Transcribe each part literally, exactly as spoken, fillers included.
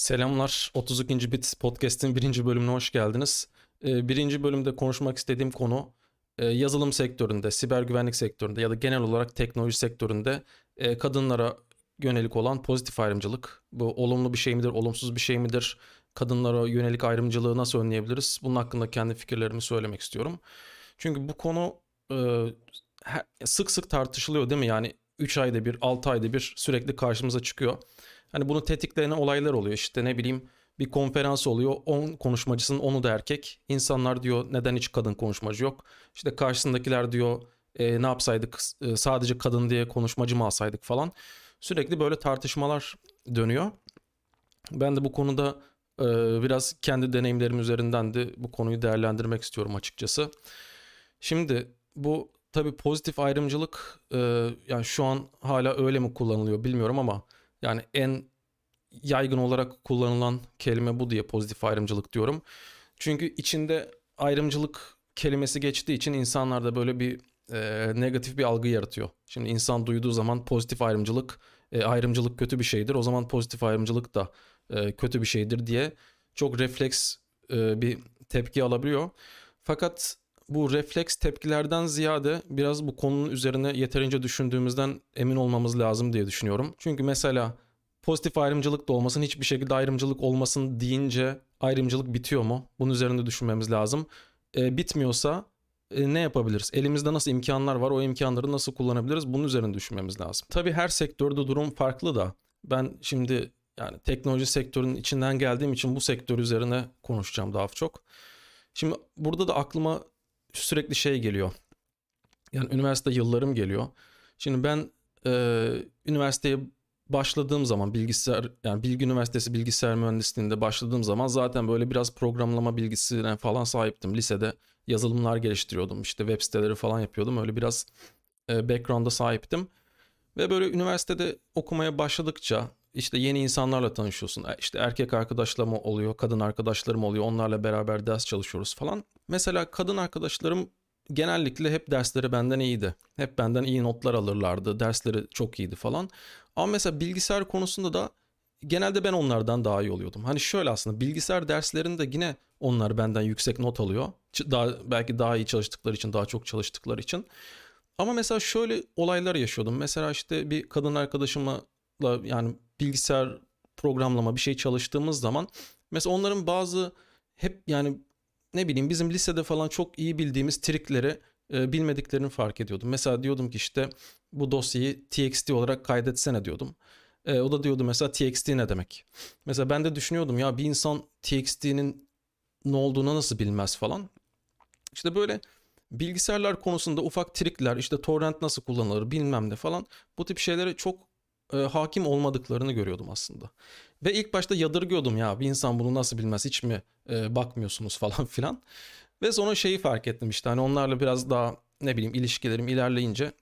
Selamlar. otuz ikinci Bit Podcast'in birinci bölümüne hoş geldiniz. Ee, birinci bölümde konuşmak istediğim konu e, yazılım sektöründe, siber güvenlik sektöründe ya da genel olarak teknoloji sektöründe e, kadınlara yönelik olan pozitif ayrımcılık. Bu olumlu bir şey midir, olumsuz bir şey midir? Kadınlara yönelik ayrımcılığı nasıl önleyebiliriz? Bunun hakkında kendi fikirlerimi söylemek istiyorum. Çünkü bu konu e, her- sık sık tartışılıyor değil mi? Yani üç ayda bir, altı ayda bir sürekli karşımıza çıkıyor. Hani bunu tetikleyen olaylar oluyor. İşte ne bileyim bir konferans oluyor. on konuşmacısının onu da erkek. İnsanlar diyor neden hiç kadın konuşmacı yok? İşte karşısındakiler diyor e, ne yapsaydık e, sadece kadın diye konuşmacı mı alsaydık falan. Sürekli böyle tartışmalar dönüyor. Ben de bu konuda e, biraz kendi deneyimlerim üzerinden de bu konuyu değerlendirmek istiyorum açıkçası. Şimdi bu tabii pozitif ayrımcılık e, yani şu an hala öyle mi kullanılıyor bilmiyorum ama yani en yaygın olarak kullanılan kelime bu diye pozitif ayrımcılık diyorum. Çünkü içinde ayrımcılık kelimesi geçtiği için insanlarda böyle bir e, negatif bir algı yaratıyor. Şimdi insan duyduğu zaman pozitif ayrımcılık, e, ayrımcılık kötü bir şeydir. O zaman pozitif ayrımcılık da e, kötü bir şeydir diye çok refleks e, bir tepki alabiliyor. Fakat bu refleks tepkilerden ziyade biraz bu konunun üzerine yeterince düşündüğümüzden emin olmamız lazım diye düşünüyorum. Çünkü mesela pozitif ayrımcılık da olmasın, hiçbir şekilde ayrımcılık olmasın deyince ayrımcılık bitiyor mu? Bunun üzerinde düşünmemiz lazım. E, bitmiyorsa e, ne yapabiliriz? Elimizde nasıl imkanlar var? O imkanları nasıl kullanabiliriz? Bunun üzerinde düşünmemiz lazım. Tabii her sektörde durum farklı da ben şimdi yani teknoloji sektörünün içinden geldiğim için bu sektör üzerine konuşacağım daha çok. Şimdi burada da aklıma sürekli şey geliyor. Yani üniversite yıllarım geliyor. Şimdi ben e, üniversiteye başladığım zaman bilgisayar yani Bilgi Üniversitesi bilgisayar mühendisliğinde başladığım zaman zaten böyle biraz programlama bilgisine falan sahiptim. Lisede yazılımlar geliştiriyordum. İşte web siteleri falan yapıyordum. Öyle biraz e, background'a sahiptim. Ve böyle üniversitede okumaya başladıkça işte yeni insanlarla tanışıyorsun. E, İşte erkek arkadaşlarım oluyor, kadın arkadaşlarım oluyor. Onlarla beraber ders çalışıyoruz falan. Mesela kadın arkadaşlarım genellikle hep dersleri benden iyiydi. Hep benden iyi notlar alırlardı. Dersleri çok iyiydi falan. Ama mesela bilgisayar konusunda da genelde ben onlardan daha iyi oluyordum. Hani şöyle aslında bilgisayar derslerinde yine onlar benden yüksek not alıyor. Daha, belki daha iyi çalıştıkları için, daha çok çalıştıkları için. Ama mesela şöyle olaylar yaşıyordum. Mesela işte bir kadın arkadaşımla yani bilgisayar programlama bir şey çalıştığımız zaman mesela onların bazı hep yani ne bileyim bizim lisede falan çok iyi bildiğimiz trikleri e, bilmediklerini fark ediyordum. Mesela diyordum ki işte bu dosyayı T X T olarak kaydetsene diyordum. E, o da diyordu mesela T X T ne demek? Mesela ben de düşünüyordum ya bir insan T X T'nin ne olduğunu nasıl bilmez falan. İşte böyle bilgisayarlar konusunda ufak trikler, işte torrent nasıl kullanılır bilmem ne falan bu tip şeylere çok e, hakim olmadıklarını görüyordum aslında. Ve ilk başta yadırgıyordum ya bir insan bunu nasıl bilmez hiç mi e, bakmıyorsunuz falan filan. Ve sonra şeyi fark ettim işte hani onlarla biraz daha ne bileyim ilişkilerim ilerleyince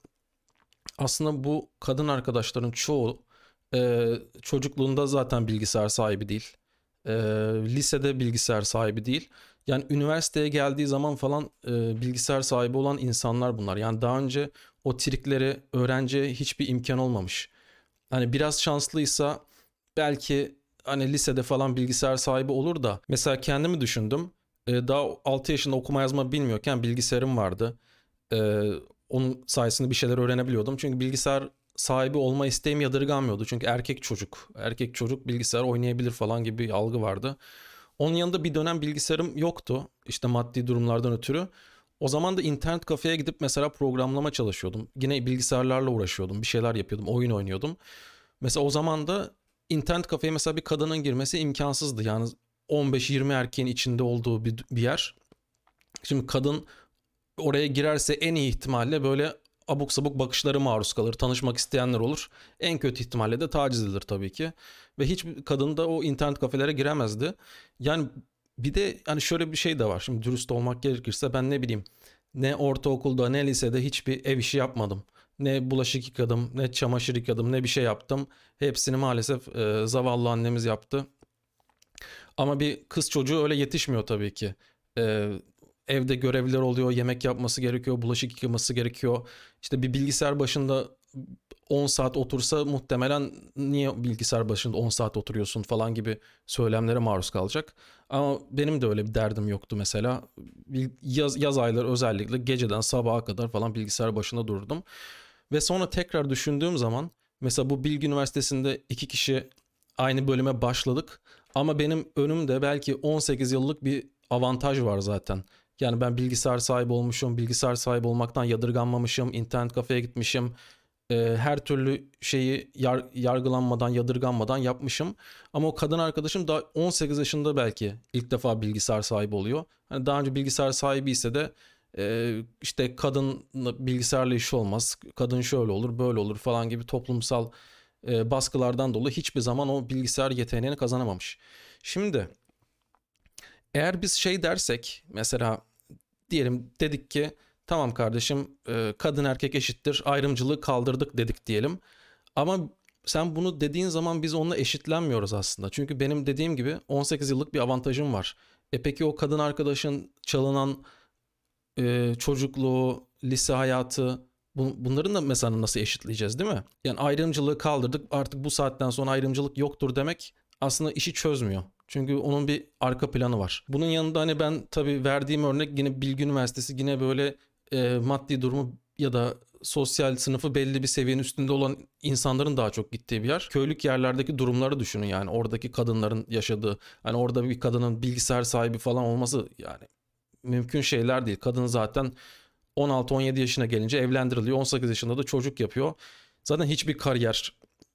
aslında bu kadın arkadaşların çoğu e, çocukluğunda zaten bilgisayar sahibi değil. E, lisede bilgisayar sahibi değil. Yani üniversiteye geldiği zaman falan e, bilgisayar sahibi olan insanlar bunlar. Yani daha önce o trikleri öğrenci hiçbir imkan olmamış. Hani biraz şanslıysa belki hani lisede falan bilgisayar sahibi olur da mesela kendimi düşündüm. E, daha altı yaşında okuma yazma bilmiyorken bilgisayarım vardı. Ee, onun sayesinde bir şeyler öğrenebiliyordum. Çünkü bilgisayar sahibi olma isteğim yadırganmıyordu. Çünkü erkek çocuk, erkek çocuk bilgisayar oynayabilir falan gibi bir algı vardı. Onun yanında bir dönem bilgisayarım yoktu. İşte maddi durumlardan ötürü. O zaman da internet kafeye gidip mesela programlama çalışıyordum. Yine bilgisayarlarla uğraşıyordum. Bir şeyler yapıyordum, oyun oynuyordum. Mesela o zaman da internet kafeye mesela bir kadının girmesi imkansızdı. Yani on beş yirmi erkeğin içinde olduğu bir, bir yer. Şimdi kadın oraya girerse en iyi ihtimalle böyle abuk sabuk bakışları maruz kalır. Tanışmak isteyenler olur. En kötü ihtimalle de taciz edilir tabii ki. Ve hiç kadın da o internet kafelere giremezdi. Yani bir de hani şöyle bir şey de var. Şimdi dürüst olmak gerekirse ben ne bileyim ne ortaokulda ne lisede hiçbir ev işi yapmadım. Ne bulaşık yıkadım, ne çamaşır yıkadım, ne bir şey yaptım. Hepsini maalesef e, zavallı annemiz yaptı. Ama bir kız çocuğu öyle yetişmiyor tabii ki. Ee, evde görevler oluyor, yemek yapması gerekiyor, bulaşık yıkaması gerekiyor. İşte bir bilgisayar başında on saat otursa muhtemelen niye bilgisayar başında on saat oturuyorsun falan gibi söylemlere maruz kalacak. Ama benim de öyle bir derdim yoktu mesela. Yaz, yaz ayları özellikle geceden sabaha kadar falan bilgisayar başında dururdum. Ve sonra tekrar düşündüğüm zaman mesela bu Bilgi Üniversitesi'nde iki kişi aynı bölüme başladık. Ama benim önümde belki on sekiz yıllık bir avantaj var zaten. Yani ben bilgisayar sahibi olmuşum, bilgisayar sahibi olmaktan yadırganmamışım, internet kafeye gitmişim. Ee, her türlü şeyi yar, yargılanmadan, yadırganmadan yapmışım. Ama o kadın arkadaşım daha on sekiz yaşında belki ilk defa bilgisayar sahibi oluyor. Hani daha önce bilgisayar sahibi ise de e, işte kadın bilgisayarla işi olmaz, kadın şöyle olur, böyle olur falan gibi toplumsal e, baskılardan dolayı hiçbir zaman o bilgisayar yeteneğini kazanamamış. Şimdi eğer biz şey dersek mesela diyelim dedik ki tamam kardeşim e, kadın erkek eşittir ayrımcılığı kaldırdık dedik diyelim. Ama sen bunu dediğin zaman biz onunla eşitlenmiyoruz aslında. Çünkü benim dediğim gibi on sekiz yıllık bir avantajım var. E peki o kadın arkadaşın çalınan e, çocukluğu, lise hayatı bunların da mesela nasıl eşitleyeceğiz değil mi? Yani ayrımcılığı kaldırdık artık bu saatten sonra ayrımcılık yoktur demek aslında işi çözmüyor. Çünkü onun bir arka planı var. Bunun yanında hani ben tabii verdiğim örnek yine Bilgi Üniversitesi yine böyle e, maddi durumu ya da sosyal sınıfı belli bir seviyenin üstünde olan insanların daha çok gittiği bir yer. Köylük yerlerdeki durumları düşünün yani oradaki kadınların yaşadığı. Hani orada bir kadının bilgisayar sahibi falan olması yani mümkün şeyler değil. Kadın zaten on altı on yedi yaşına gelince evlendiriliyor. on sekiz yaşında da çocuk yapıyor. Zaten hiçbir kariyer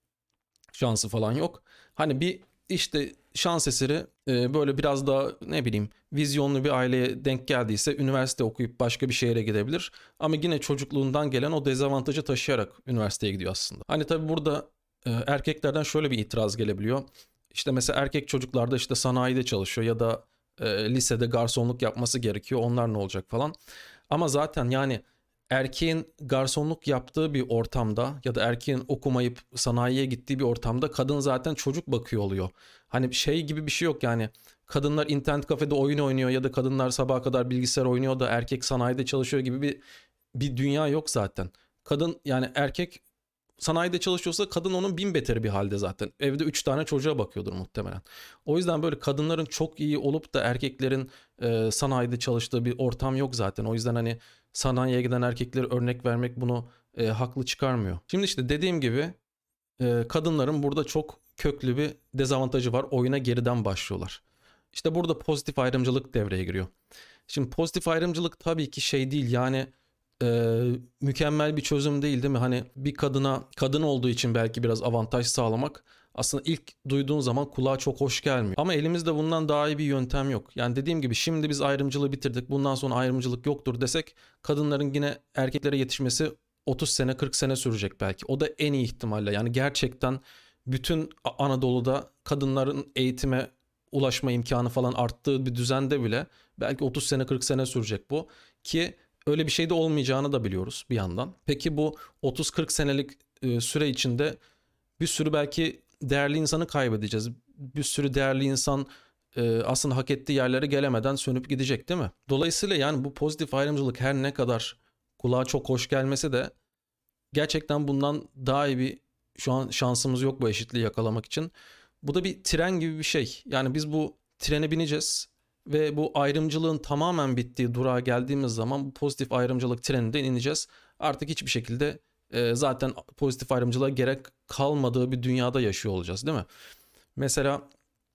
şansı falan yok. Hani bir işte şans eseri e, böyle biraz daha ne bileyim vizyonlu bir aileye denk geldiyse üniversite okuyup başka bir şehre gidebilir. Ama yine çocukluğundan gelen o dezavantajı taşıyarak üniversiteye gidiyor aslında. Hani tabii burada e, erkeklerden şöyle bir itiraz gelebiliyor. İşte mesela erkek çocuklarda işte sanayide çalışıyor ya da e, lisede garsonluk yapması gerekiyor. Onlar ne olacak falan. Ama zaten yani erkeğin garsonluk yaptığı bir ortamda ya da erkeğin okumayıp sanayiye gittiği bir ortamda kadın zaten çocuk bakıyor oluyor. Hani şey gibi bir şey yok yani kadınlar internet kafede oyun oynuyor ya da kadınlar sabaha kadar bilgisayar oynuyor da erkek sanayide çalışıyor gibi bir bir dünya yok zaten. Kadın yani erkek sanayide çalışıyorsa kadın onun bin beteri bir halde zaten. Evde üç tane çocuğa bakıyordur muhtemelen. O yüzden böyle kadınların çok iyi olup da erkeklerin e, sanayide çalıştığı bir ortam yok zaten. O yüzden hani sanayiye giden erkekleri örnek vermek bunu e, haklı çıkarmıyor. Şimdi işte dediğim gibi e, kadınların burada çok köklü bir dezavantajı var. Oyuna geriden başlıyorlar. İşte burada pozitif ayrımcılık devreye giriyor. Şimdi pozitif ayrımcılık tabii ki şey değil yani e, mükemmel bir çözüm değil değil mi? Hani bir kadına kadın olduğu için belki biraz avantaj sağlamak aslında ilk duyduğun zaman kulağa çok hoş gelmiyor. Ama elimizde bundan daha iyi bir yöntem yok. Yani dediğim gibi şimdi biz ayrımcılığı bitirdik bundan sonra ayrımcılık yoktur desek kadınların yine erkeklere yetişmesi otuz sene kırk sene sürecek belki. O da en iyi ihtimalle yani gerçekten bütün Anadolu'da kadınların eğitime ulaşma imkanı falan arttığı bir düzende bile belki otuz sene kırk sene sürecek bu ki öyle bir şey de olmayacağını da biliyoruz bir yandan. Peki bu otuz kırk senelik e, süre içinde bir sürü belki değerli insanı kaybedeceğiz. Bir sürü değerli insan e, aslında hak ettiği yerlere gelemeden sönüp gidecek değil mi? Dolayısıyla yani bu pozitif ayrımcılık her ne kadar kulağa çok hoş gelmese de gerçekten bundan daha iyi bir şu an şansımız yok bu eşitliği yakalamak için. Bu da bir tren gibi bir şey. Yani biz bu trene bineceğiz ve bu ayrımcılığın tamamen bittiği durağa geldiğimiz zaman bu pozitif ayrımcılık treninden ineceğiz. Artık hiçbir şekilde e, zaten pozitif ayrımcılığa gerek kalmadığı bir dünyada yaşıyor olacağız değil mi? Mesela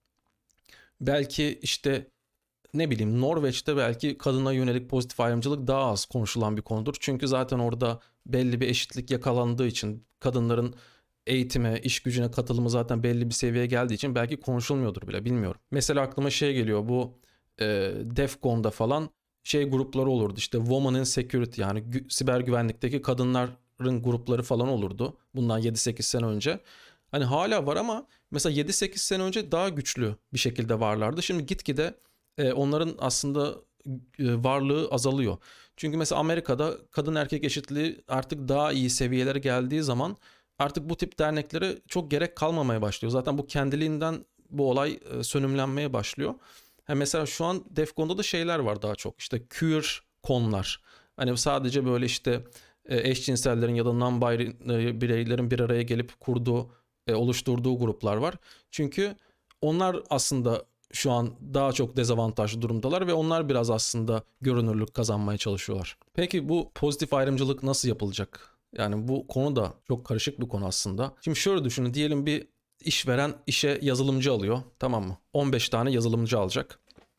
belki işte ne bileyim Norveç'te belki kadına yönelik pozitif ayrımcılık daha az konuşulan bir konudur. Çünkü zaten orada belli bir eşitlik yakalandığı için kadınların eğitime, iş gücüne katılımı zaten belli bir seviyeye geldiği için belki konuşulmuyordur bile bilmiyorum. Mesela aklıma şey geliyor bu e, Defcon'da falan şey grupları olurdu işte Women in Security yani gü- siber güvenlikteki kadınların grupları falan olurdu bundan yedi sekiz sene önce. Hani hala var ama mesela yedi sekiz sene önce daha güçlü bir şekilde varlardı. Şimdi gitgide e, onların aslında e, varlığı azalıyor. Çünkü mesela Amerika'da kadın erkek eşitliği artık daha iyi seviyelere geldiği zaman artık bu tip derneklere çok gerek kalmamaya başlıyor. Zaten bu kendiliğinden bu olay e, sönümlenmeye başlıyor. Ha mesela şu an Defcon'da da şeyler var daha çok. İşte queer konlar. Hani sadece böyle işte e, eşcinsellerin ya da non-binary bireylerin bir araya gelip kurduğu, e, oluşturduğu gruplar var. Çünkü onlar aslında şu an daha çok dezavantajlı durumdalar ve onlar biraz aslında görünürlük kazanmaya çalışıyorlar. Peki bu pozitif ayrımcılık nasıl yapılacak? Yani bu konu da çok karışık bir konu aslında. Şimdi şöyle düşünün, diyelim bir işveren işe yazılımcı alıyor, tamam mı? on beş tane yazılımcı alacak.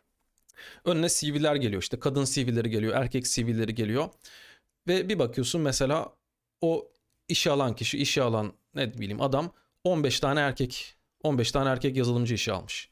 Önüne C V'ler geliyor, işte kadın C V'leri geliyor, erkek C V'leri geliyor. Ve bir bakıyorsun mesela o işe alan kişi, işe alan ne bileyim adam on beş tane erkek, on beş tane erkek yazılımcı işe almış.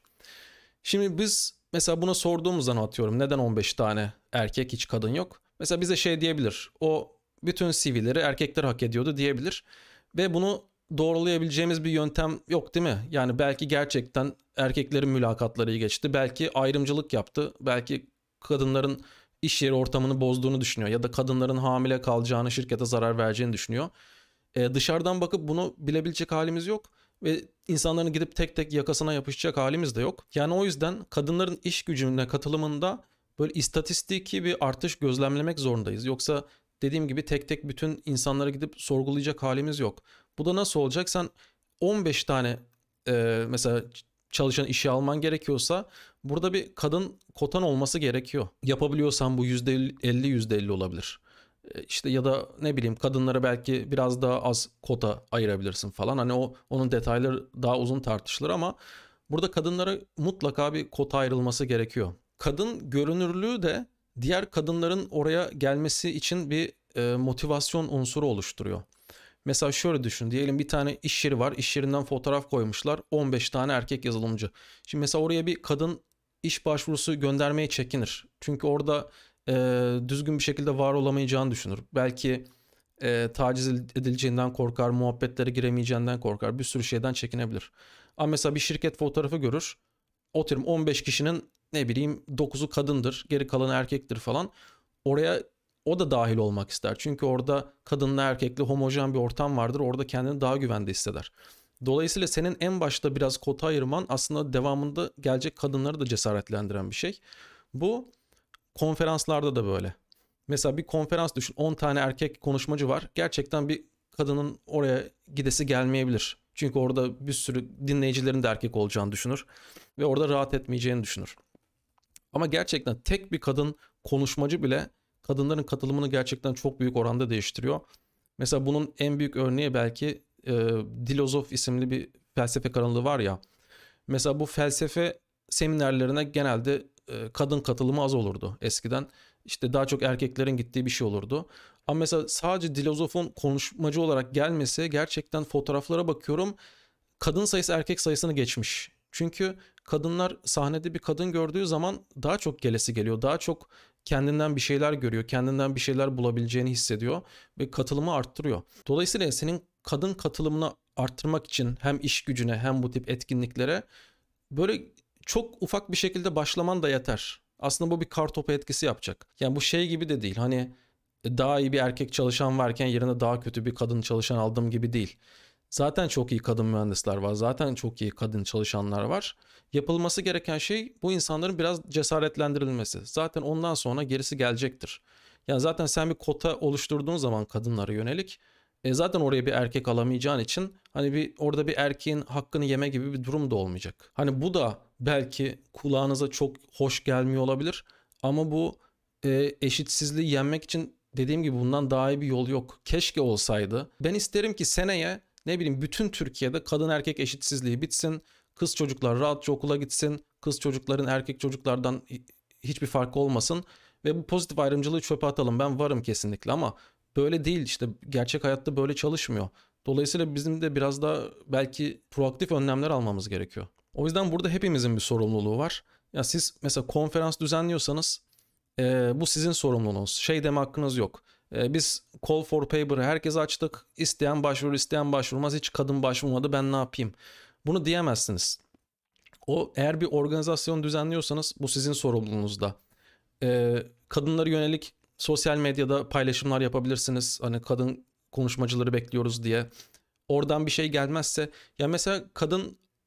Şimdi biz mesela buna sorduğumuz zaman, atıyorum, neden on beş tane erkek, hiç kadın yok? Mesela bize şey diyebilir, o bütün C V'leri erkekler hak ediyordu diyebilir. Ve bunu doğrulayabileceğimiz bir yöntem yok değil mi? Yani belki gerçekten erkeklerin mülakatları iyi geçti. Belki ayrımcılık yaptı. Belki kadınların iş yeri ortamını bozduğunu düşünüyor. Ya da kadınların hamile kalacağını, şirkete zarar vereceğini düşünüyor. Ee, dışarıdan bakıp bunu bilebilecek halimiz yok. Ve insanların gidip tek tek yakasına yapışacak halimiz de yok. Yani o yüzden kadınların iş gücüne katılımında böyle istatistiki bir artış gözlemlemek zorundayız. Yoksa dediğim gibi tek tek bütün insanlara gidip sorgulayacak halimiz yok. Bu da nasıl olacak? Sen on beş tane e, mesela çalışan işe alman gerekiyorsa burada bir kadın kotan olması gerekiyor. Yapabiliyorsan bu yüzde elli yüzde elli olabilir. E, İşte ya da ne bileyim, kadınlara belki biraz daha az kota ayırabilirsin falan. Hani o onun detayları daha uzun tartışılır ama burada kadınlara mutlaka bir kota ayrılması gerekiyor. Kadın görünürlüğü de diğer kadınların oraya gelmesi için bir e, motivasyon unsuru oluşturuyor. Mesela şöyle düşün. Diyelim bir tane iş yeri var. İş yerinden fotoğraf koymuşlar. on beş tane erkek yazılımcı. Şimdi mesela oraya bir kadın iş başvurusu göndermeye çekinir. Çünkü orada e, düzgün bir şekilde var olamayacağını düşünür. Belki e, taciz edileceğinden korkar, muhabbetlere giremeyeceğinden korkar. Bir sürü şeyden çekinebilir. Ama mesela bir şirket fotoğrafı görür. Oturum on beş kişinin ne bileyim dokuzu kadındır, geri kalanı erkektir falan. Oraya o da dahil olmak ister. Çünkü orada kadınla erkekli homojen bir ortam vardır. Orada kendini daha güvende hisseder. Dolayısıyla senin en başta biraz kota ayırman aslında devamında gelecek kadınları da cesaretlendiren bir şey. Bu konferanslarda da böyle. Mesela bir konferans düşün, on tane erkek konuşmacı var. Gerçekten bir kadının oraya gidesi gelmeyebilir. Çünkü orada bir sürü dinleyicilerin de erkek olacağını düşünür. Ve orada rahat etmeyeceğini düşünür. Ama gerçekten tek bir kadın konuşmacı bile kadınların katılımını gerçekten çok büyük oranda değiştiriyor. Mesela bunun en büyük örneği belki e, Dilozof isimli bir felsefe kanalı var ya. Mesela bu felsefe seminerlerine genelde e, kadın katılımı az olurdu eskiden. İşte daha çok erkeklerin gittiği bir şey olurdu. Ama mesela sadece Dilozof'un konuşmacı olarak gelmesi, gerçekten fotoğraflara bakıyorum, kadın sayısı erkek sayısını geçmiş. Çünkü kadınlar sahnede bir kadın gördüğü zaman daha çok gelesi geliyor. Daha çok kendinden bir şeyler görüyor. Kendinden bir şeyler bulabileceğini hissediyor ve katılımı arttırıyor. Dolayısıyla senin kadın katılımını arttırmak için hem iş gücüne hem bu tip etkinliklere böyle çok ufak bir şekilde başlaman da yeter. Aslında bu bir kartopu etkisi yapacak. Yani bu şey gibi de değil. Hani daha iyi bir erkek çalışan varken yerine daha kötü bir kadın çalışan aldım gibi değil. Zaten çok iyi kadın mühendisler var. Zaten çok iyi kadın çalışanlar var. Yapılması gereken şey bu insanların biraz cesaretlendirilmesi. Zaten ondan sonra gerisi gelecektir. Yani zaten sen bir kota oluşturduğun zaman kadınlara yönelik, e zaten oraya bir erkek alamayacağın için hani bir orada bir erkeğin hakkını yeme gibi bir durum da olmayacak. Hani bu da belki kulağınıza çok hoş gelmiyor olabilir ama bu e, eşitsizliği yenmek için dediğim gibi bundan daha iyi bir yol yok. Keşke olsaydı. Ben isterim ki seneye ne bileyim bütün Türkiye'de kadın erkek eşitsizliği bitsin. Kız çocuklar rahatça okula gitsin. Kız çocukların erkek çocuklardan hiçbir farkı olmasın. Ve bu pozitif ayrımcılığı çöpe atalım. Ben varım kesinlikle ama böyle değil işte. Gerçek hayatta böyle çalışmıyor. Dolayısıyla bizim de biraz daha belki proaktif önlemler almamız gerekiyor. O yüzden burada hepimizin bir sorumluluğu var. Ya siz mesela konferans düzenliyorsanız e, bu sizin sorumluluğunuz. Şey deme hakkınız yok. E, biz call for paper'ı herkese açtık. İsteyen başvurur, isteyen başvurmaz. Hiç kadın başvurmadı, ben ne yapayım? Bunu diyemezsiniz. O eğer bir organizasyon düzenliyorsanız bu sizin sorumluluğunuzda. E, kadınlara yönelik sosyal medyada paylaşımlar yapabilirsiniz. Hani kadın konuşmacıları bekliyoruz diye. Oradan bir şey gelmezse ya mesela kadın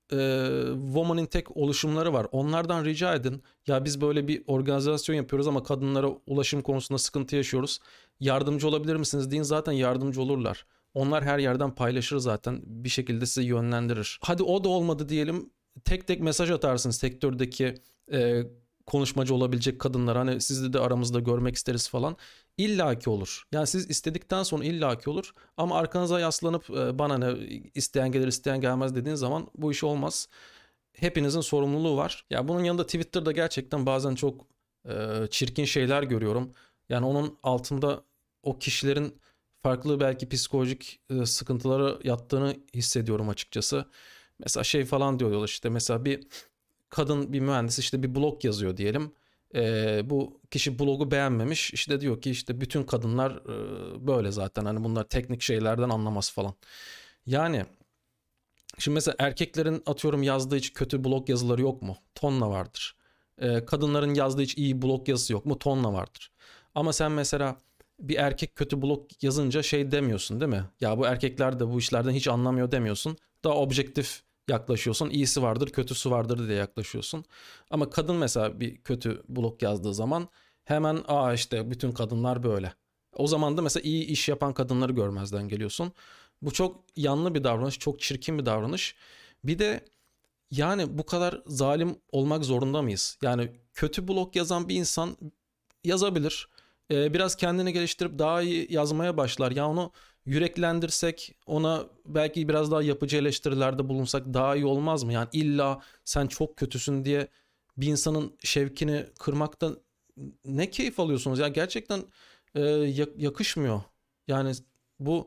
e, Women in Tech oluşumları var. Onlardan rica edin. Ya biz böyle bir organizasyon yapıyoruz ama kadınlara ulaşım konusunda sıkıntı yaşıyoruz. Yardımcı olabilir misiniz deyin, zaten yardımcı olurlar. Onlar her yerden paylaşır zaten. Bir şekilde sizi yönlendirir. Hadi o da olmadı diyelim. Tek tek mesaj atarsınız sektördeki e, konuşmacı olabilecek kadınlar. Hani sizi de aramızda görmek isteriz falan. İllaki olur. Yani siz istedikten sonra illaki olur. Ama arkanıza yaslanıp e, bana ne, isteyen gelir isteyen gelmez dediğin zaman bu iş olmaz. Hepinizin sorumluluğu var. Ya bunun yanında Twitter'da gerçekten bazen çok e, çirkin şeyler görüyorum. Yani onun altında o kişilerin farklı belki psikolojik e, sıkıntıları yattığını hissediyorum açıkçası. Mesela şey falan diyorlar, işte mesela bir kadın bir mühendis işte bir blog yazıyor diyelim. Ee, bu kişi blogu beğenmemiş. İşte diyor ki işte bütün kadınlar e, böyle zaten, hani bunlar teknik şeylerden anlamaz falan. Yani şimdi mesela erkeklerin atıyorum yazdığı hiç kötü blog yazıları yok mu? Tonla vardır. Ee, kadınların yazdığı hiç iyi blog yazısı yok mu? Tonla vardır. Ama sen mesela bir erkek kötü blog yazınca şey demiyorsun değil mi? Ya bu erkekler de bu işlerden hiç anlamıyor demiyorsun. Daha objektif yaklaşıyorsun. İyisi vardır, kötüsü vardır diye yaklaşıyorsun. Ama kadın mesela bir kötü blog yazdığı zaman hemen aa işte bütün kadınlar böyle. O zaman da mesela iyi iş yapan kadınları görmezden geliyorsun. Bu çok yanlı bir davranış, çok çirkin bir davranış. Bir de yani bu kadar zalim olmak zorunda mıyız? Yani kötü blog yazan bir insan yazabilir. Ee, biraz kendini geliştirip daha iyi yazmaya başlar. Ya onu yüreklendirsek, ona belki biraz daha yapıcı eleştirilerde bulunsak daha iyi olmaz mı? Yani illa sen çok kötüsün diye bir insanın şevkini kırmaktan ne keyif alıyorsunuz? Ya gerçekten e, yakışmıyor. Yani bu,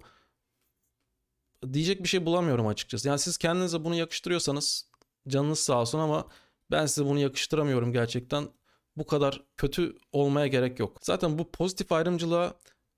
diyecek bir şey bulamıyorum açıkçası. Yani siz kendinize bunu yakıştırıyorsanız canınız sağ olsun ama ben size bunu yakıştıramıyorum gerçekten. Bu kadar kötü olmaya gerek yok. Zaten bu pozitif ayrımcılığa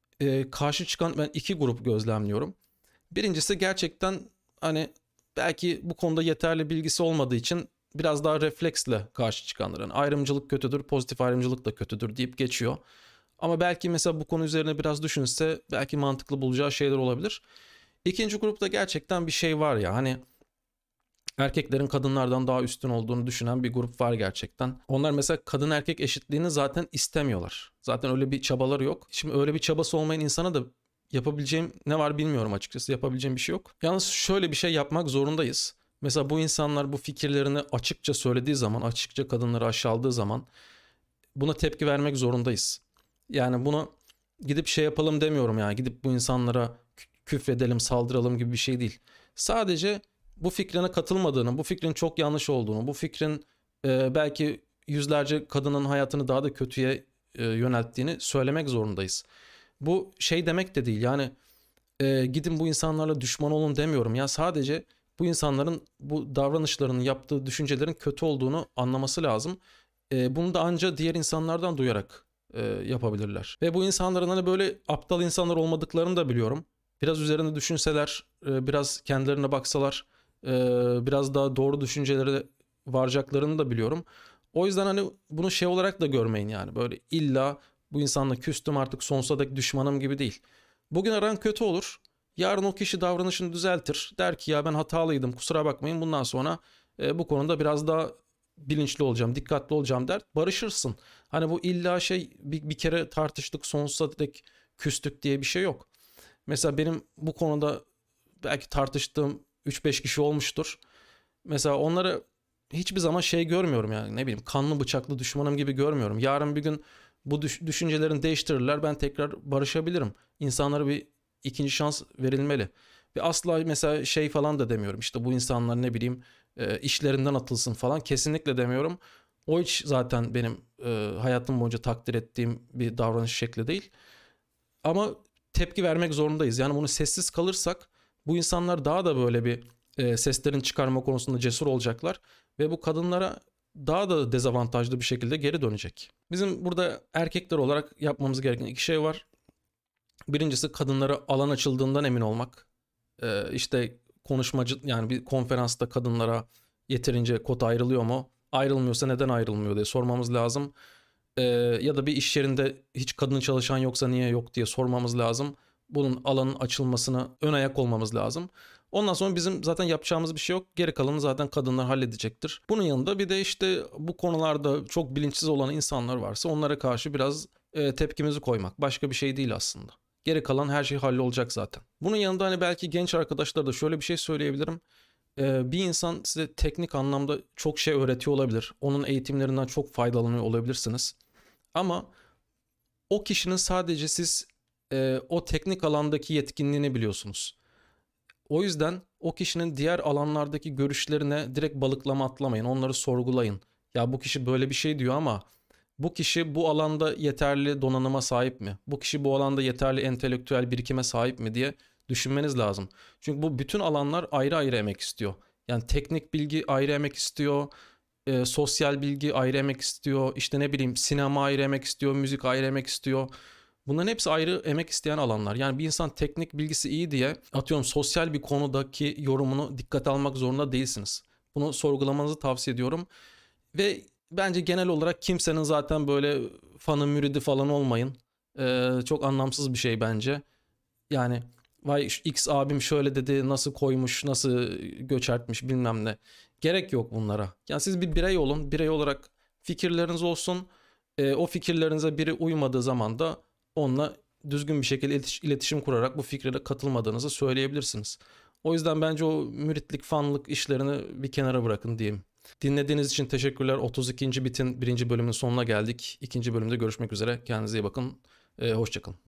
e, karşı çıkan ben iki grup gözlemliyorum. Birincisi gerçekten hani belki bu konuda yeterli bilgisi olmadığı için biraz daha refleksle karşı çıkanlar. Yani ayrımcılık kötüdür, pozitif ayrımcılık da kötüdür deyip geçiyor. Ama belki mesela bu konu üzerine biraz düşünse belki mantıklı bulacağı şeyler olabilir. İkinci grupta gerçekten bir şey var ya, hani erkeklerin kadınlardan daha üstün olduğunu düşünen bir grup var gerçekten. Onlar mesela kadın erkek eşitliğini zaten istemiyorlar. Zaten öyle bir çabaları yok. Şimdi öyle bir çabası olmayan insana da yapabileceğim ne var bilmiyorum açıkçası. Yapabileceğim bir şey yok. Yalnız şöyle bir şey yapmak zorundayız. Mesela bu insanlar bu fikirlerini açıkça söylediği zaman, açıkça kadınları aşağıladığı zaman buna tepki vermek zorundayız. Yani bunu gidip şey yapalım demiyorum yani. Gidip bu insanlara küfredelim, saldıralım gibi bir şey değil. Sadece bu fikrine katılmadığını, bu fikrin çok yanlış olduğunu, bu fikrin e, belki yüzlerce kadının hayatını daha da kötüye e, yönelttiğini söylemek zorundayız. Bu şey demek de değil yani, e, gidin bu insanlarla düşman olun demiyorum. Ya sadece bu insanların bu davranışlarının, yaptığı düşüncelerin kötü olduğunu anlaması lazım. E, bunu da anca diğer insanlardan duyarak e, yapabilirler. Ve bu insanların hani böyle aptal insanlar olmadıklarını da biliyorum. Biraz üzerine düşünseler, e, biraz kendilerine baksalar, e, biraz daha doğru düşüncelere varacaklarını da biliyorum. O yüzden hani bunu şey olarak da görmeyin yani. Böyle illa bu insanla küstüm artık sonsuza dek düşmanım gibi değil. Bugün aran kötü olur. Yarın o kişi davranışını düzeltir. Der ki ya ben hatalıydım, kusura bakmayın, bundan sonra e, bu konuda biraz daha bilinçli olacağım, dikkatli olacağım der. Barışırsın. Hani bu illa şey bir, bir kere tartıştık sonsuza dek küstük diye bir şey yok. Mesela benim bu konuda belki tartıştığım üç beş kişi olmuştur. Mesela onları hiçbir zaman şey görmüyorum yani, ne bileyim, kanlı bıçaklı düşmanım gibi görmüyorum. Yarın bir gün bu düş- düşüncelerini değiştirirler, ben tekrar barışabilirim. İnsanlara bir ikinci şans verilmeli. Ve asla mesela şey falan da demiyorum, işte bu insanlar ne bileyim e, işlerinden atılsın falan, kesinlikle demiyorum. O hiç zaten benim e, hayatım boyunca takdir ettiğim bir davranış şekli değil. Ama tepki vermek zorundayız. Yani bunu sessiz kalırsak bu insanlar daha da böyle bir e, seslerini çıkarma konusunda cesur olacaklar ve bu kadınlara daha da dezavantajlı bir şekilde geri dönecek. Bizim burada erkekler olarak yapmamız gereken iki şey var. Birincisi kadınlara alan açıldığından emin olmak. Ee, işte konuşmacı, yani bir konferansta kadınlara yeterince kota ayrılıyor mu? Ayrılmıyorsa neden ayrılmıyor diye sormamız lazım. Ee, ya da bir iş yerinde hiç kadın çalışan yoksa niye yok diye sormamız lazım. Bunun alanın açılmasına ön ayak olmamız lazım. Ondan sonra bizim zaten yapacağımız bir şey yok. Geri kalanı zaten kadınlar halledecektir. Bunun yanında bir de işte bu konularda çok bilinçsiz olan insanlar varsa onlara karşı biraz e, tepkimizi koymak. Başka bir şey değil aslında. Geri kalan her şey hallolacak zaten. Bunun yanında hani belki genç arkadaşlara da şöyle bir şey söyleyebilirim. Ee, bir insan size teknik anlamda çok şey öğretiyor olabilir. Onun eğitimlerinden çok faydalanıyor olabilirsiniz. Ama o kişinin sadece siz e, o teknik alandaki yetkinliğini biliyorsunuz. O yüzden o kişinin diğer alanlardaki görüşlerine direkt balıklama atlamayın. Onları sorgulayın. Ya bu kişi böyle bir şey diyor ama bu kişi bu alanda yeterli donanıma sahip mi? Bu kişi bu alanda yeterli entelektüel birikime sahip mi diye düşünmeniz lazım. Çünkü bu bütün alanlar ayrı ayrı emek istiyor. Yani teknik bilgi ayrı emek istiyor. E, sosyal bilgi ayrı emek istiyor. İşte ne bileyim sinema ayrı emek istiyor. Müzik ayrı emek istiyor. Bunların hepsi ayrı emek isteyen alanlar. Yani bir insan teknik bilgisi iyi diye atıyorum sosyal bir konudaki yorumunu dikkate almak zorunda değilsiniz. Bunu sorgulamanızı tavsiye ediyorum. Ve bence genel olarak kimsenin zaten böyle fanı müridi falan olmayın. Ee, çok anlamsız bir şey bence. Yani vay X abim şöyle dedi, nasıl koymuş, nasıl göçertmiş bilmem ne. Gerek yok bunlara. Yani siz bir birey olun. Birey olarak fikirleriniz olsun. Ee, o fikirlerinize biri uymadığı zaman da onunla düzgün bir şekilde iletiş- iletişim kurarak bu fikre katılmadığınızı söyleyebilirsiniz. O yüzden bence o müritlik, fanlık işlerini bir kenara bırakın diyeyim. Dinlediğiniz için teşekkürler. otuz ikinci bitin birinci bölümünün sonuna geldik. İkinci bölümde görüşmek üzere. Kendinize iyi bakın. Ee, hoşça kalın.